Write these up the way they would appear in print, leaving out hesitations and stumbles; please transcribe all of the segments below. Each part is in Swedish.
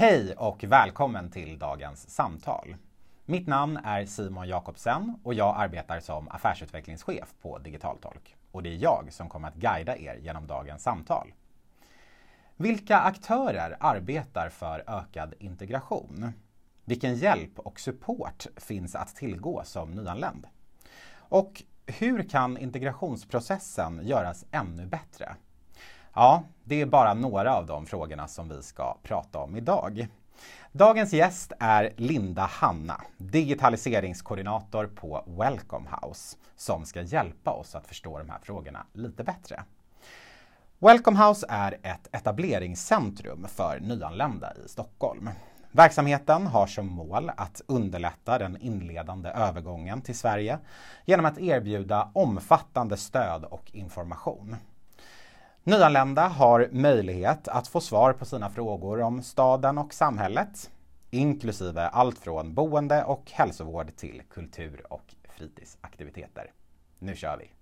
Hej och välkommen till dagens samtal. Mitt namn är Simon Jakobsen och jag arbetar som affärsutvecklingschef på Digitaltolk. Och det är jag som kommer att guida er genom dagens samtal. Vilka aktörer arbetar för ökad integration? Vilken hjälp och support finns att tillgå som nyanländ? Och hur kan integrationsprocessen göras ännu bättre? Ja, det är bara några av de frågorna som vi ska prata om idag. Dagens gäst är Linda Hanna, digitaliseringskoordinator på Welcome House, som ska hjälpa oss att förstå de här frågorna lite bättre. Welcome House är ett etableringscentrum för nyanlända i Stockholm. Verksamheten har som mål att underlätta den inledande övergången till Sverige genom att erbjuda omfattande stöd och information. Nyanlända har möjlighet att få svar på sina frågor om staden och samhället, inklusive allt från boende och hälsovård till kultur- och fritidsaktiviteter. Nu kör vi!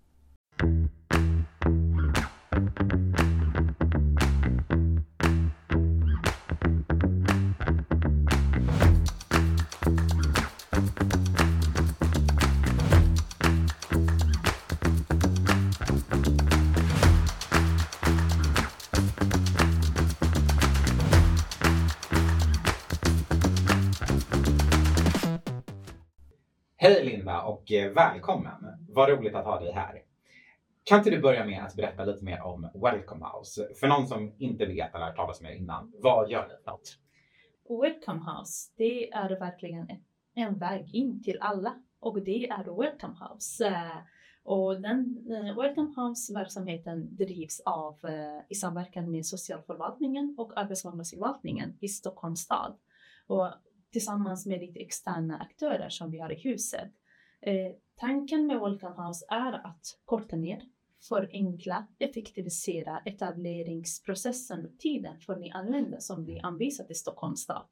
Hej Linda och välkommen! Vad roligt att ha dig här. Kan inte du börja med att berätta lite mer om Welcome House? För någon som inte vet eller har talat med innan, vad gör ni för något? Welcome House, det är verkligen en väg in till alla och det är Welcome House. Och den Welcome House-verksamheten drivs i samverkan med socialförvaltningen och arbetsmarknadsförvaltningen i Stockholms stad. Och tillsammans med lite externa aktörer som vi har i huset. Tanken med Welcome House är att korta ner, förenkla, effektivisera etableringsprocessen och tiden för nyanlända som blir anvisade till Stockholms stad.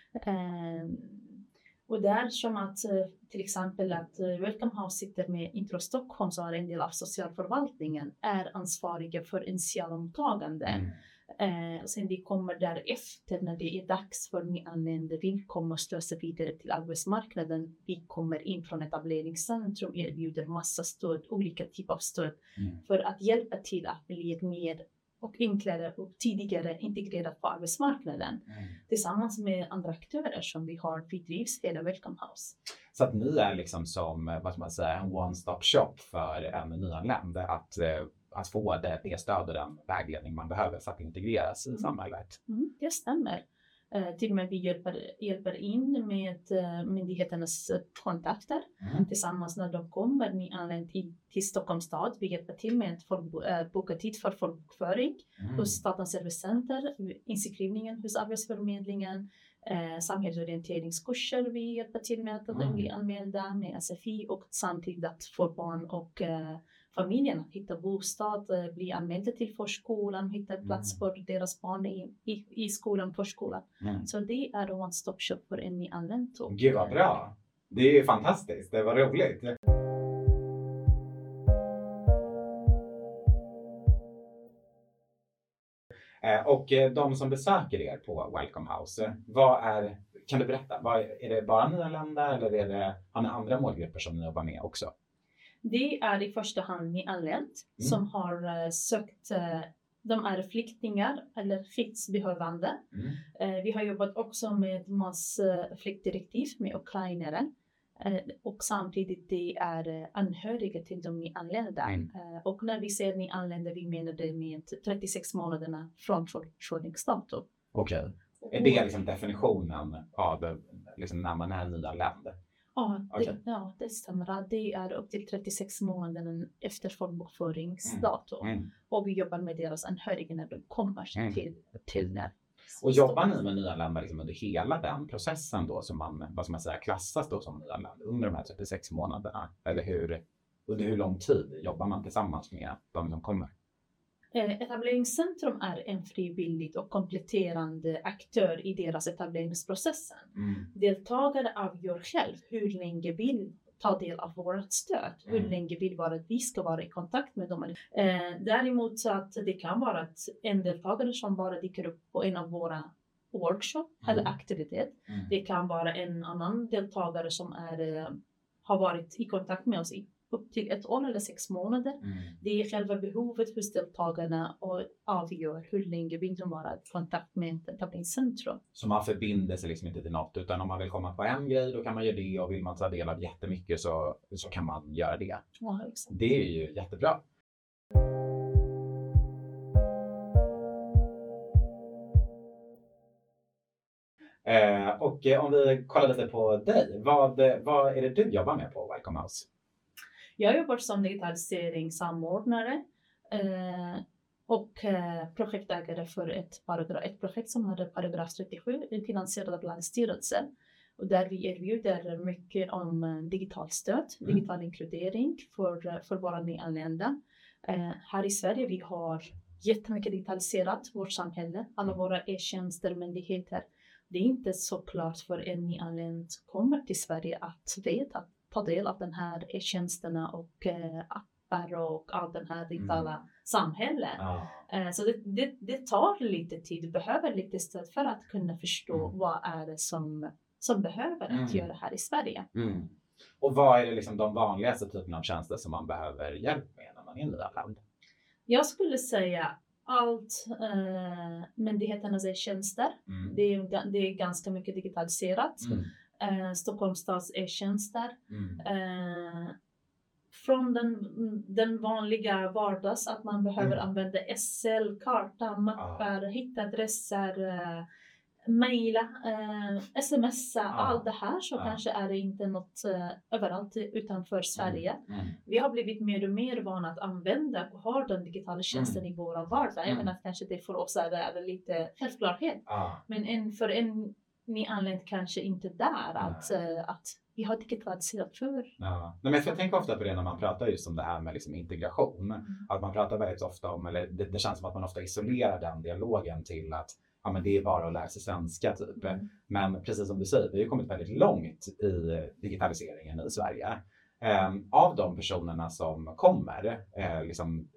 Och det är som att till exempel att Welcome House sitter med Intro Stockholm, så är en del av socialförvaltningen är ansvariga för initialmottagande. Sen det kommer därefter när det är dags för nyanlända vill komma och slå sig vidare till arbetsmarknaden. Vi kommer in från etableringscentrum, erbjuder massa stöd, olika typer av stöd för att hjälpa till att bli mer och enklare och tidigare integrerat på arbetsmarknaden. Tillsammans med andra aktörer som vi drivs hela Welcome House. Så att ni är liksom som, vad ska man säga, en one-stop shop för en nyanländ att få det stöd och den vägledning man behöver för att integreras i samhället. Det stämmer. Till och med vi hjälper in med myndigheternas kontakter tillsammans när de kommer nyanländ till Stockholms stad. Vi hjälper till med att boka tid för folkbokföring hos Statens servicecenter, inskrivningen hos Arbetsförmedlingen, samhällsorienteringskurser vi hjälper till med att bli anmälda med SFI och samtidigt att få barn och familjen att hitta bostad, bli anmälda till förskolan, hitta plats för deras barn i skolan, förskolan. Så det är one stop shop för en nyanländ. Gud vad bra! Det är ju fantastiskt, det var roligt. Och de som besöker er på Welcome House, kan du berätta, är det bara nyanlända eller har ni andra målgrupper som ni jobbar med också? Det är i första hand nyanländ som har sökt, de är flyktingar eller skyddsbehövande. Vi har jobbat också med massflyktdirektiv med ukrainare. Och samtidigt det är anhöriga till de nyanlända. Och när vi säger nyanlända, vi menar det med 36 månaderna från försörjningsdatum. Okej. Är det liksom definitionen av liksom när man är nyanländ? Ja, det stämmer. Det är upp till 36 månader efter folkbokföringsdatum. Och vi jobbar med deras anhöriga när de kommer till när. Och jobbar ni med nyanlända liksom under hela den processen då som man, vad ska man säga, klassas då som nyanländ under de här 36 månaderna? Eller under hur lång tid jobbar man tillsammans med de som kommer? Etableringscentrum är en frivillig och kompletterande aktör i deras etableringsprocessen. Deltagare avgör själv hur länge vill ta del av vårt stöd. Hur länge vill vi ska vara i kontakt med dem. Däremot så att det kan vara att en deltagare som bara dyker upp på en av våra workshop eller aktivitet. Det kan vara en annan deltagare som har varit i kontakt med oss i upp till 1 år eller 6 månader. Det är själva behovet hos deltagarna och avgör hur länge vill de vara i kontakt med ett etableringscentrum. Så man förbinder sig liksom inte till något, utan om man vill komma på en grej då kan man göra det, och vill man ta del av jättemycket så kan man göra det. Ja, exakt. Det är ju jättebra. Och om vi kollar lite på dig, vad är det du jobbar med på Welcome House? Jag jobbar som digitaliseringssamordnare och projektägare för ett projekt som hade paragraf 37, finansierad av Länsstyrelsen. Och där vi erbjuder mycket om digitalt stöd, digital inkludering för våra nyanlända. Här i Sverige vi har jättemycket digitaliserat vårt samhälle, alla våra e-tjänster, myndigheter. Det är inte så klart för en nyanländ kommer till Sverige att veta, att ta del av den här e-tjänsterna och appar och all den här digitala samhället. Så det tar lite tid, du behöver lite stöd för att kunna förstå vad är det som behöver att göra här i Sverige. Och vad är det liksom de vanligaste typerna av tjänster som man behöver hjälp med när man är nyanländ? Jag skulle säga allt myndigheternas e-tjänster. Det är ganska mycket digitaliserat. Stockholms stads e-tjänster. Från den vanliga vardags att man behöver använda SL, karta, mappar, hitta adresser, mejla, smsa, allt det här, så kanske är det inte något överallt utanför Sverige. Vi har blivit mer och mer vana att använda och ha den digitala tjänsten i våra vardag. Även att kanske det för oss är lite självklarhet. Men för en nyanländ kanske inte där att vi har digitaliserat för. Men jag tänker ofta på det när man pratar just om det här med liksom integration. Att man pratar väldigt ofta om, eller det känns som att man ofta isolerar den dialogen till att men det är bara att lära sig svenska typ. Men precis som du säger, vi har kommit väldigt långt i digitaliseringen i Sverige. Av de personerna som kommer, liksom,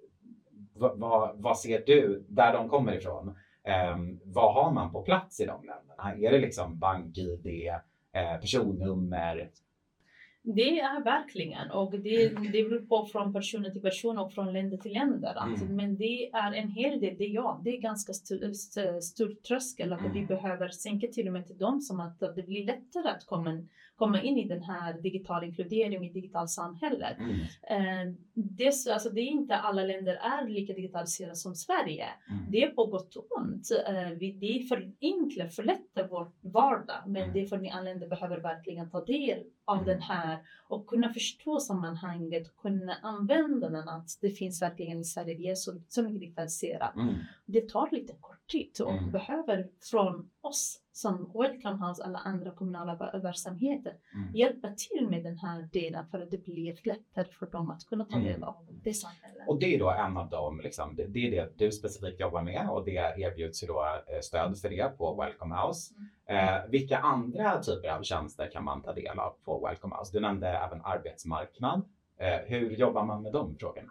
vad ser du där de kommer ifrån? Vad har man på plats i de länderna? Är det liksom bank-ID, personnummer? Det är verkligen, och det beror på från person till person och från länder till länder. Men det är en hel del, det är ganska stor tröskel. Vi behöver sänka till och med till dem som att det blir lättare att komma in i den här digitala inkluderingen i digitalt samhället. Det är inte alla länder är lika digitaliserade som Sverige. Det är på gott och ont. Det är förenklar vår vardag, men det för nyanlända behöver verkligen ta del av den här och kunna förstå sammanhanget och kunna använda den, att det finns verkligen i Sverige, vi är så mycket digitaliserat. Det tar lite kort tid och behöver från oss som Welcome House eller andra kommunala verksamheter hjälpa till med den här delen för att det blir lättare för dem att kunna ta del av det samhället. Och det är då en av dem, liksom, det är det du specifikt jobbar med, och det erbjuds ju då stöd för det på Welcome House. Vilka andra typer av tjänster kan man ta del av på Welcome House? Du nämnde även arbetsmarknad. Hur jobbar man med de frågorna?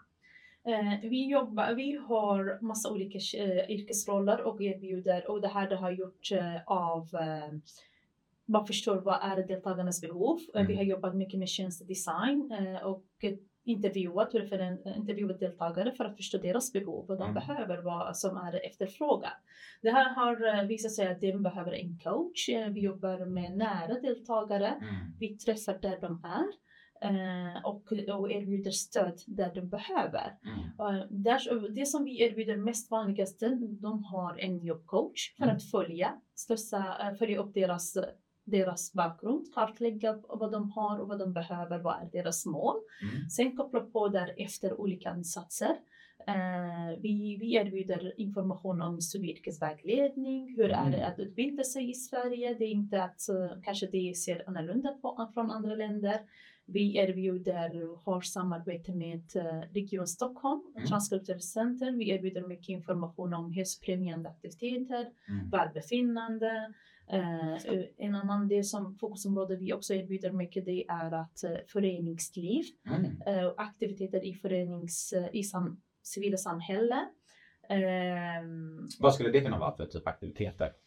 Vi har massa olika yrkesroller och erbjuder, och det har gjort av man förstår vad är deltagarnas behov. Vi har jobbat mycket med tjänstedesign och intervjuat deltagare för att förstå deras behov och de behöver vad som är efterfrågat. Det här har visat sig att de behöver en coach. Vi jobbar med nära deltagare. Vi träffar där de är. Och erbjuder stöd där de behöver. Det som vi erbjuder mest vanligaste, de har en jobbcoach för att följa upp deras bakgrund, kartlägga vad de har och vad de behöver, vad är deras mål. Sen koppla på därefter olika insatser. Vi erbjuder information om studieyrkesvägledning, hur är det att utbilda sig i Sverige. Det är inte att kanske det ser annorlunda från andra länder. Vi har samarbete med Region Stockholm, Transkulturellt center. Vi erbjuder mycket information om hälsofrämjande aktiviteter, välbefinnande. En annan del som fokusområde vi också erbjuder mycket, det är att föreningsliv, aktiviteter i civila samhälle. Vad skulle det kunna vara för typ aktiviteter?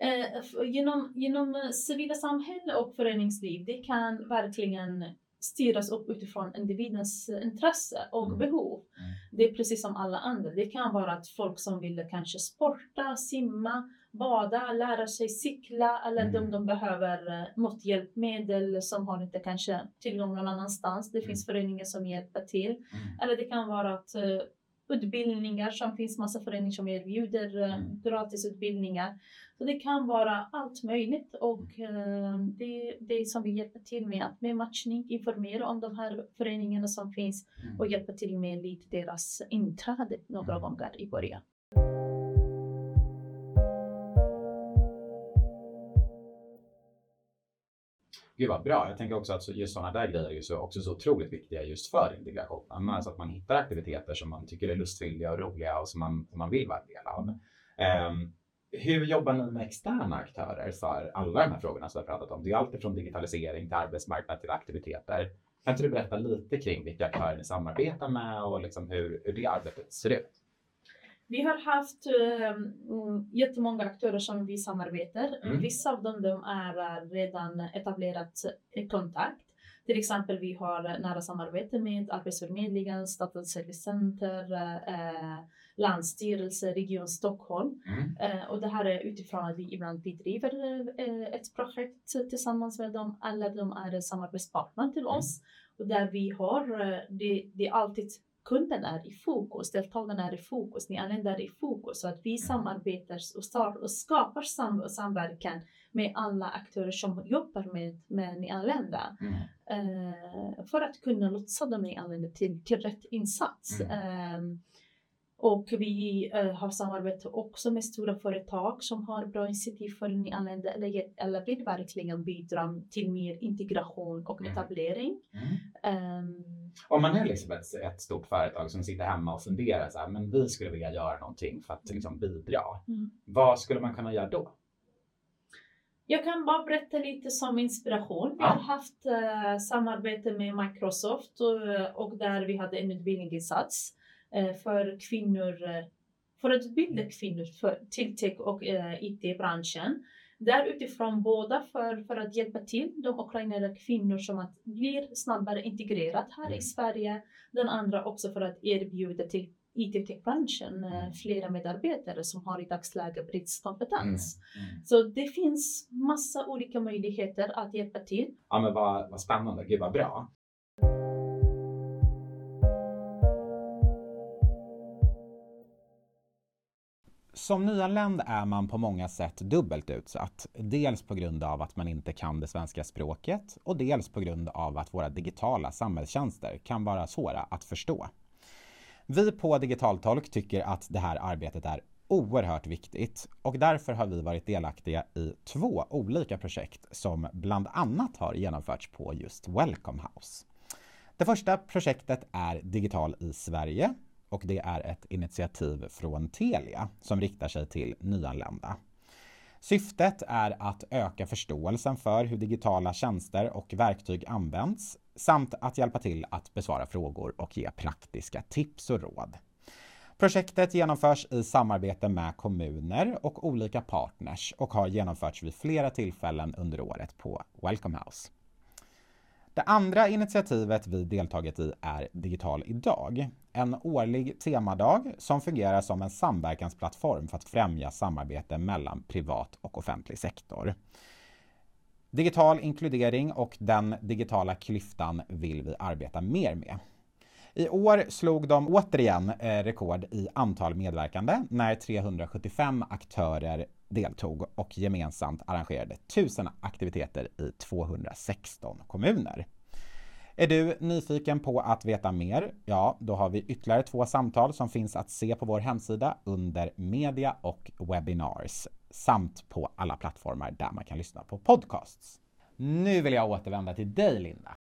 Genom civila samhälle och föreningsliv, det kan verkligen styras upp utifrån individens intresse och behov. Det är precis som alla andra. Det kan vara att folk som vill kanske sporta, simma, bada, lära sig cykla, eller de behöver något hjälpmedel som har inte kanske tillgång någon annanstans. Det finns föreningar som hjälper till. Eller det kan vara att utbildningar, som finns massa föreningar som erbjuder gratisutbildningar. Så det kan vara allt möjligt, och det är som vi hjälper till med matchning, informera om de här föreningarna som finns och hjälpa till med lite deras inträde några gånger i början. Gud vad bra. Jag tänker också att just sådana där grejer är också så otroligt viktiga just för integrationen. Alltså att man hittar aktiviteter som man tycker är lustfyllda och roliga och som man vill vara del av. Hur jobbar ni med externa aktörer för alla de här frågorna som vi har pratat om? Det är allt från digitalisering till arbetsmarknad till aktiviteter. Kan inte du berätta lite kring vilka aktörer ni samarbetar med och liksom hur det arbetet ser ut? Vi har haft jättemånga aktörer som vi samarbetar. Vissa av dem de är redan etablerat i kontakt. Till exempel vi har nära samarbete med Arbetsförmedlingen, Statens servicecenter, Länsstyrelse, Region Stockholm. Och det här är utifrån att vi ibland bedriver ett projekt tillsammans med dem, eller de är samarbetspartner till oss. Och där vi har, det är alltid kunden är i fokus, deltagarna är i fokus, nyanlända är i fokus. Så att vi samarbetar och skapar samverkan med alla aktörer som jobbar med nyanlända. För att kunna lotsa de nyanlända till rätt insats. Och vi har samarbete också med stora företag som har bra initiativ för nyanlända eller vill verkligen bidra till mer integration och etablering. Om man är liksom ett stort företag som sitter hemma och funderar så här, men vi skulle vilja göra någonting för att liksom bidra. Vad skulle man kunna göra då? Jag kan bara berätta lite som inspiration. Vi har haft samarbete med Microsoft och där vi hade en utbildningsinsats för kvinnor, för att utbilda kvinnor till tech och IT-branschen. Där utifrån båda för att hjälpa till de ukrainska kvinnor som att blir snabbare integrerat här i Sverige. Den andra också för att erbjuda till IT-tech-branschen flera medarbetare som har i dagsläget britskompetens. Så det finns massa olika möjligheter att hjälpa till. Ja, men vad spännande, gud vad bra. Som nyanländ är man på många sätt dubbelt utsatt. Dels på grund av att man inte kan det svenska språket och dels på grund av att våra digitala samhällstjänster kan vara svåra att förstå. Vi på Digitaltolk tycker att det här arbetet är oerhört viktigt och därför har vi varit delaktiga i 2 olika projekt som bland annat har genomförts på just Welcome House. Det första projektet är Digital i Sverige. Och det är ett initiativ från Telia som riktar sig till nyanlända. Syftet är att öka förståelsen för hur digitala tjänster och verktyg används samt att hjälpa till att besvara frågor och ge praktiska tips och råd. Projektet genomförs i samarbete med kommuner och olika partners och har genomförts vid flera tillfällen under året på Welcome House. Det andra initiativet vi deltagit i är Digital idag. En årlig temadag som fungerar som en samverkansplattform för att främja samarbete mellan privat och offentlig sektor. Digital inkludering och den digitala klyftan vill vi arbeta mer med. I år slog de återigen rekord i antal medverkande när 375 aktörer deltog och gemensamt arrangerade 1000 aktiviteter i 216 kommuner. Är du nyfiken på att veta mer? Ja, då har vi ytterligare 2 samtal som finns att se på vår hemsida under media och webinars samt på alla plattformar där man kan lyssna på podcasts. Nu vill jag återvända till dig, Linda.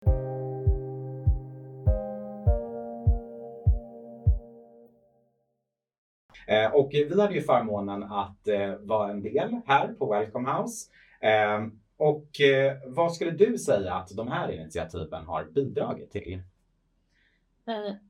Och vi hade ju förmånen att vara en del här på Welcome House. Och vad skulle du säga att de här initiativen har bidragit till?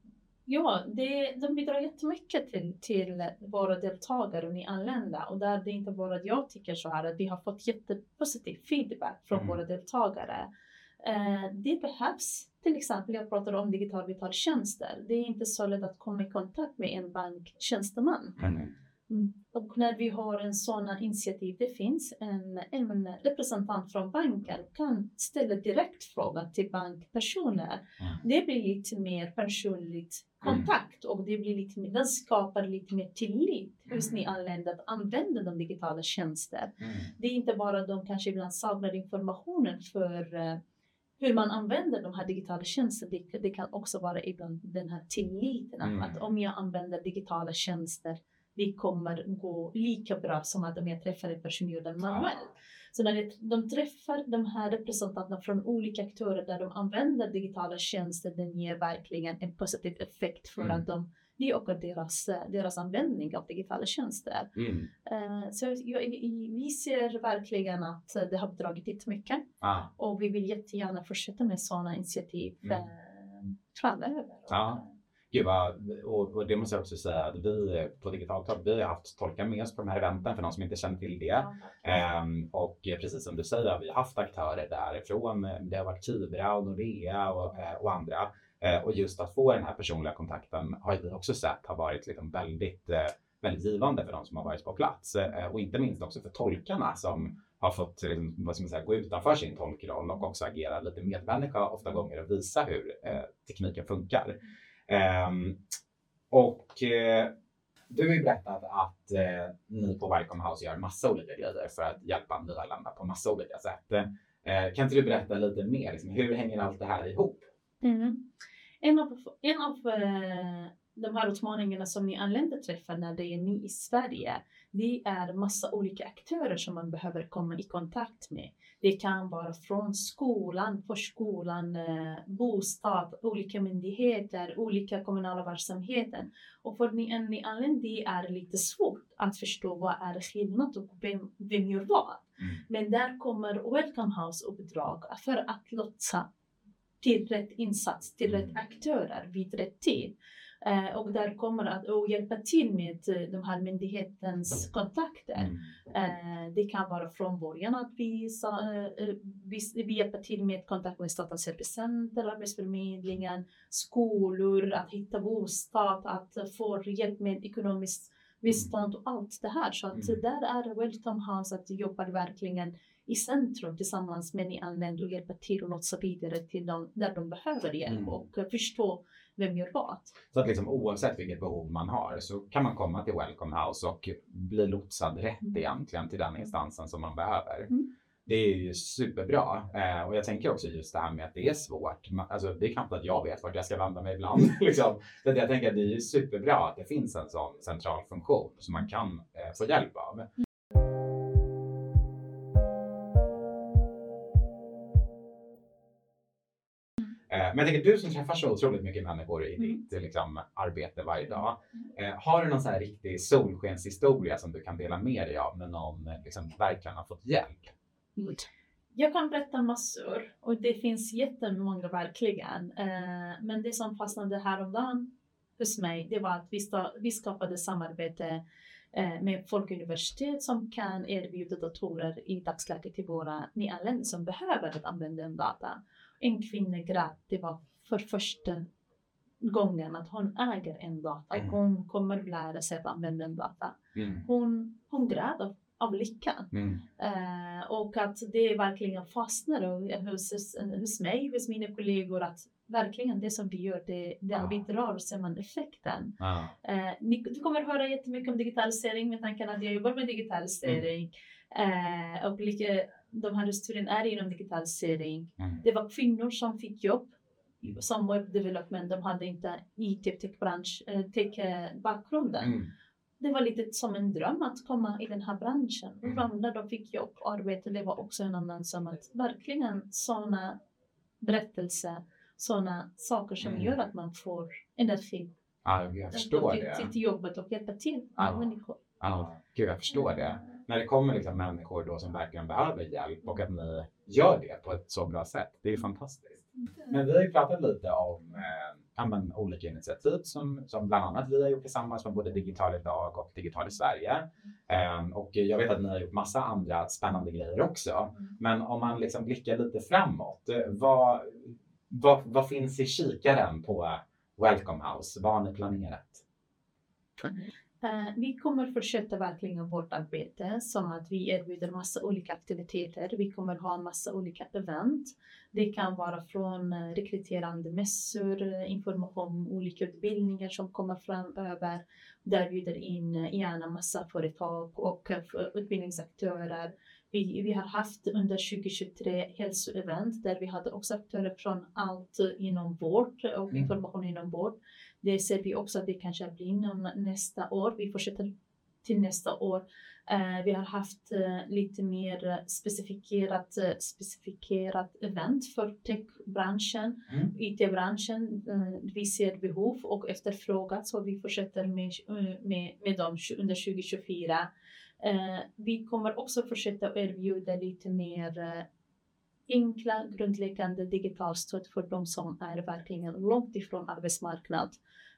Ja, de bidrar jättemycket till våra deltagare och nyanlända. Och där det inte bara att jag tycker så här, att vi har fått jättepositiv feedback från våra deltagare. Det behövs. Till exempel, jag pratar om digital betaltjänster. Det är inte så lätt att komma i kontakt med en banktjänsteman. Och när vi har en sån initiativ, det finns en representant från banken kan ställa direkt fråga till bankpersoner. Det blir lite mer personligt kontakt och den skapar lite mer tillit hos nyanlända att använda de digitala tjänster. Det är inte bara de kanske ibland saknar informationen för hur man använder de här digitala tjänsterna. Det kan också vara ibland den här tilliten att om jag använder digitala tjänster, det kommer gå lika bra som att om jag träffar en person och gör den manuellt. Så när de träffar de här representanterna från olika aktörer där de använder digitala tjänster, den ger verkligen en positiv effekt för att det ökar deras användning av digitala tjänster. Så vi ser verkligen att det har dragit dit mycket. Och vi vill jättegärna fortsätta med sådana initiativ framöver. Gud och det måste jag också säga att vi på Digitaltalk, vi har haft tolkar med oss på de här eventen för de som inte känner till det. Och precis som du säger, vi har haft aktörer därifrån. Det har varit Kibra och Nordea och andra. Och just att få den här personliga kontakten har vi också sett har varit liksom väldigt givande för de som har varit på plats. Och inte minst också för tolkarna som har fått gå utanför sin tolkroll och också agera lite medmänniska ofta gånger och visa hur tekniken funkar. Du har ju berättat att ni på Welcome House gör massa olika grejer för att hjälpa nyanlända på massa olika sätt. Kan inte du berätta lite mer? Liksom, hur hänger allt det här ihop? En av de här utmaningarna som nyanlända träffar när det är ny i Sverige, det är massa olika aktörer som man behöver komma i kontakt med. Det kan vara från skolan, förskolan, bostad, olika myndigheter, olika kommunala verksamheter. Och för en nyanländ det är lite svårt att förstå vad är skillnad och vem gör vad. Men där kommer Welcome House uppdrag för att lotsa till rätt insats, till rätt aktörer vid rätt tid. Och där kommer att hjälpa till med de här myndighetens kontakter. Det kan vara från början att vi hjälper till med kontakt med Statens servicecenter, Arbetsförmedlingen, skolor, att hitta bostad, att få hjälp med ekonomiskt bistånd och allt det här. Så att där är Welcome House att jobba verkligen i centrum tillsammans med nyanlända och hjälpa till och lotsa vidare till dem där de behöver hjälp och förstå vem gör vad. Så att liksom, oavsett vilket behov man har så kan man komma till Welcome House och bli lotsad rätt egentligen till den instansen som man behöver. Det är ju superbra. Och jag tänker också just det här med att det är svårt. Alltså, det är knappt att jag vet vart jag ska vända mig ibland. Liksom. Så att jag tänker att det är superbra att det finns en sån central funktion som man kan få hjälp av. Men jag tänker, du som träffar så otroligt mycket människor i ditt arbete varje dag. Har du någon så här riktig solskenshistoria som du kan dela med dig av när någon verkligen har fått hjälp? Jag kan berätta massor och det finns jättemånga verkligen. Men det som fastnade häromdagen hos mig, det var att vi skapade samarbete med Folkuniversitet som kan erbjuda datorer i dagsläget till våra nyanlända som behöver att använda den data. En kvinna grät, det var för första gången att hon äger en data. Hon kommer lära sig att använda en data. Hon grät av lyckan. Och att det verkligen fastnar hos mig, hos mina kollegor att verkligen det som vi gör, det bidrar och ser man effekten. Du kommer höra jättemycket om digitalisering med tanken att jag jobbar med digitalisering. Och de här studierna är inom digitalisering. Det var kvinnor som fick jobb som web development. De hade inte tech-bakgrunden. Det var lite som en dröm att komma i den här branschen. Och när de fick jobb och arbete, det var också en annan som att verkligen sådana berättelser, sådana saker som gör att man får energi. Jag förstår det. Till jobbet och hjälpa till människor. Gud, jag förstår det. När det kommer människor då som verkligen behöver hjälp och att ni gör det på ett så bra sätt. Det är ju fantastiskt. Men vi har ju pratat lite om olika initiativ som bland annat vi har gjort tillsammans med både Digital idag och Digital i Sverige. Och jag vet att ni har gjort massa andra spännande grejer också. Men om man liksom blickar lite framåt, vad finns i kikaren på Welcome House? Vad har ni planerat? Vi kommer fortsätta verkligen vårt arbete som att vi erbjuder massa olika aktiviteter. Vi kommer ha massa olika event. Det kan vara från rekryterande mässor, information om olika utbildningar som kommer framöver. Där bjuder in gärna massa företag och utbildningsaktörer. Vi har haft under 2023 hälsoevent där vi hade också aktörer från allt inom vård och information inom vård. Det ser vi också att det kanske blir inom nästa år. Vi fortsätter till nästa år. Vi har haft lite mer specifikerat event för techbranschen, IT-branschen. Vi ser behov och efterfrågan så vi fortsätter med dem under 2024. Vi kommer också fortsätta erbjuda lite mer enkla grundläggande digitalstöd för de som är verkligen långt ifrån arbetsmarknad.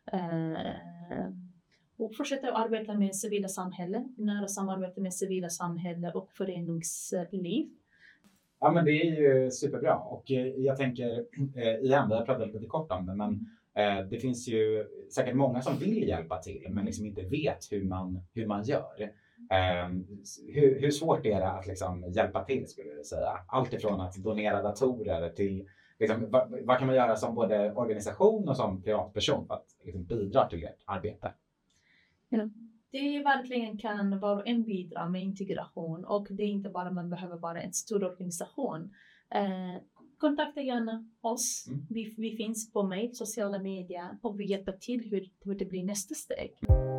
Och fortsätta arbeta med civila samhälle, nära samarbete med civila samhälle och föreningsliv. Ja, men det är ju superbra och jag tänker igen, vi har pratat lite kort om det, men det finns ju säkert många som vill hjälpa till men liksom inte vet hur man gör. Hur svårt är det att liksom hjälpa till, skulle du säga? Allt ifrån att donera datorer till liksom, vad kan man göra som både organisation och som privatperson för att liksom, bidra till ert arbete? Ja. Det verkligen kan vara en bidra med integration och det är inte bara man behöver vara en stor organisation. Kontakta gärna oss. Vi finns på mejl, sociala medier och vi hjälper till hur det blir nästa steg.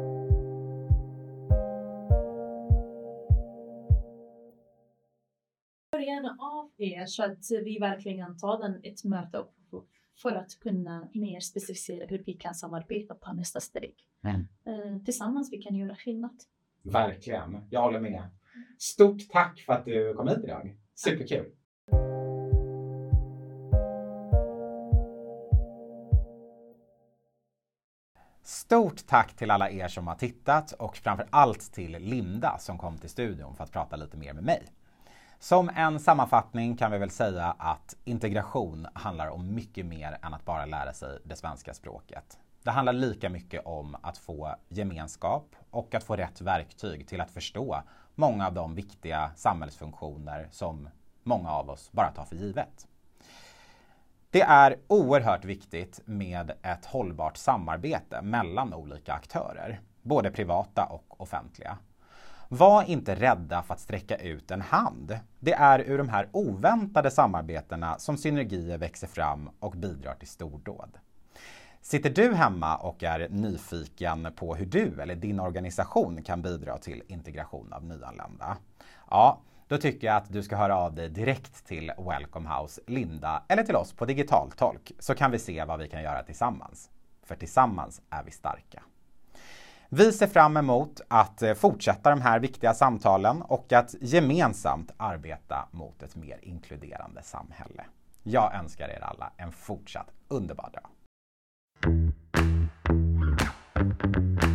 Gärna av er så att vi verkligen tar ett möte för att kunna mer specificera hur vi kan samarbeta på nästa steg. Tillsammans vi kan göra skillnad. Verkligen, jag håller med. Stort tack för att du kom hit idag. Superkul. Stort tack till alla er som har tittat och framför allt till Linda som kom till studion för att prata lite mer med mig. Som en sammanfattning kan vi väl säga att integration handlar om mycket mer än att bara lära sig det svenska språket. Det handlar lika mycket om att få gemenskap och att få rätt verktyg till att förstå många av de viktiga samhällsfunktioner som många av oss bara tar för givet. Det är oerhört viktigt med ett hållbart samarbete mellan olika aktörer, både privata och offentliga. Var inte rädda för att sträcka ut en hand. Det är ur de här oväntade samarbetena som synergier växer fram och bidrar till stordåd. Sitter du hemma och är nyfiken på hur du eller din organisation kan bidra till integration av nyanlända? Ja, då tycker jag att du ska höra av dig direkt till Welcome House, Linda eller till oss på Digitaltolk så kan vi se vad vi kan göra tillsammans. För tillsammans är vi starka. Vi ser fram emot att fortsätta de här viktiga samtalen och att gemensamt arbeta mot ett mer inkluderande samhälle. Jag önskar er alla en fortsatt underbar dag.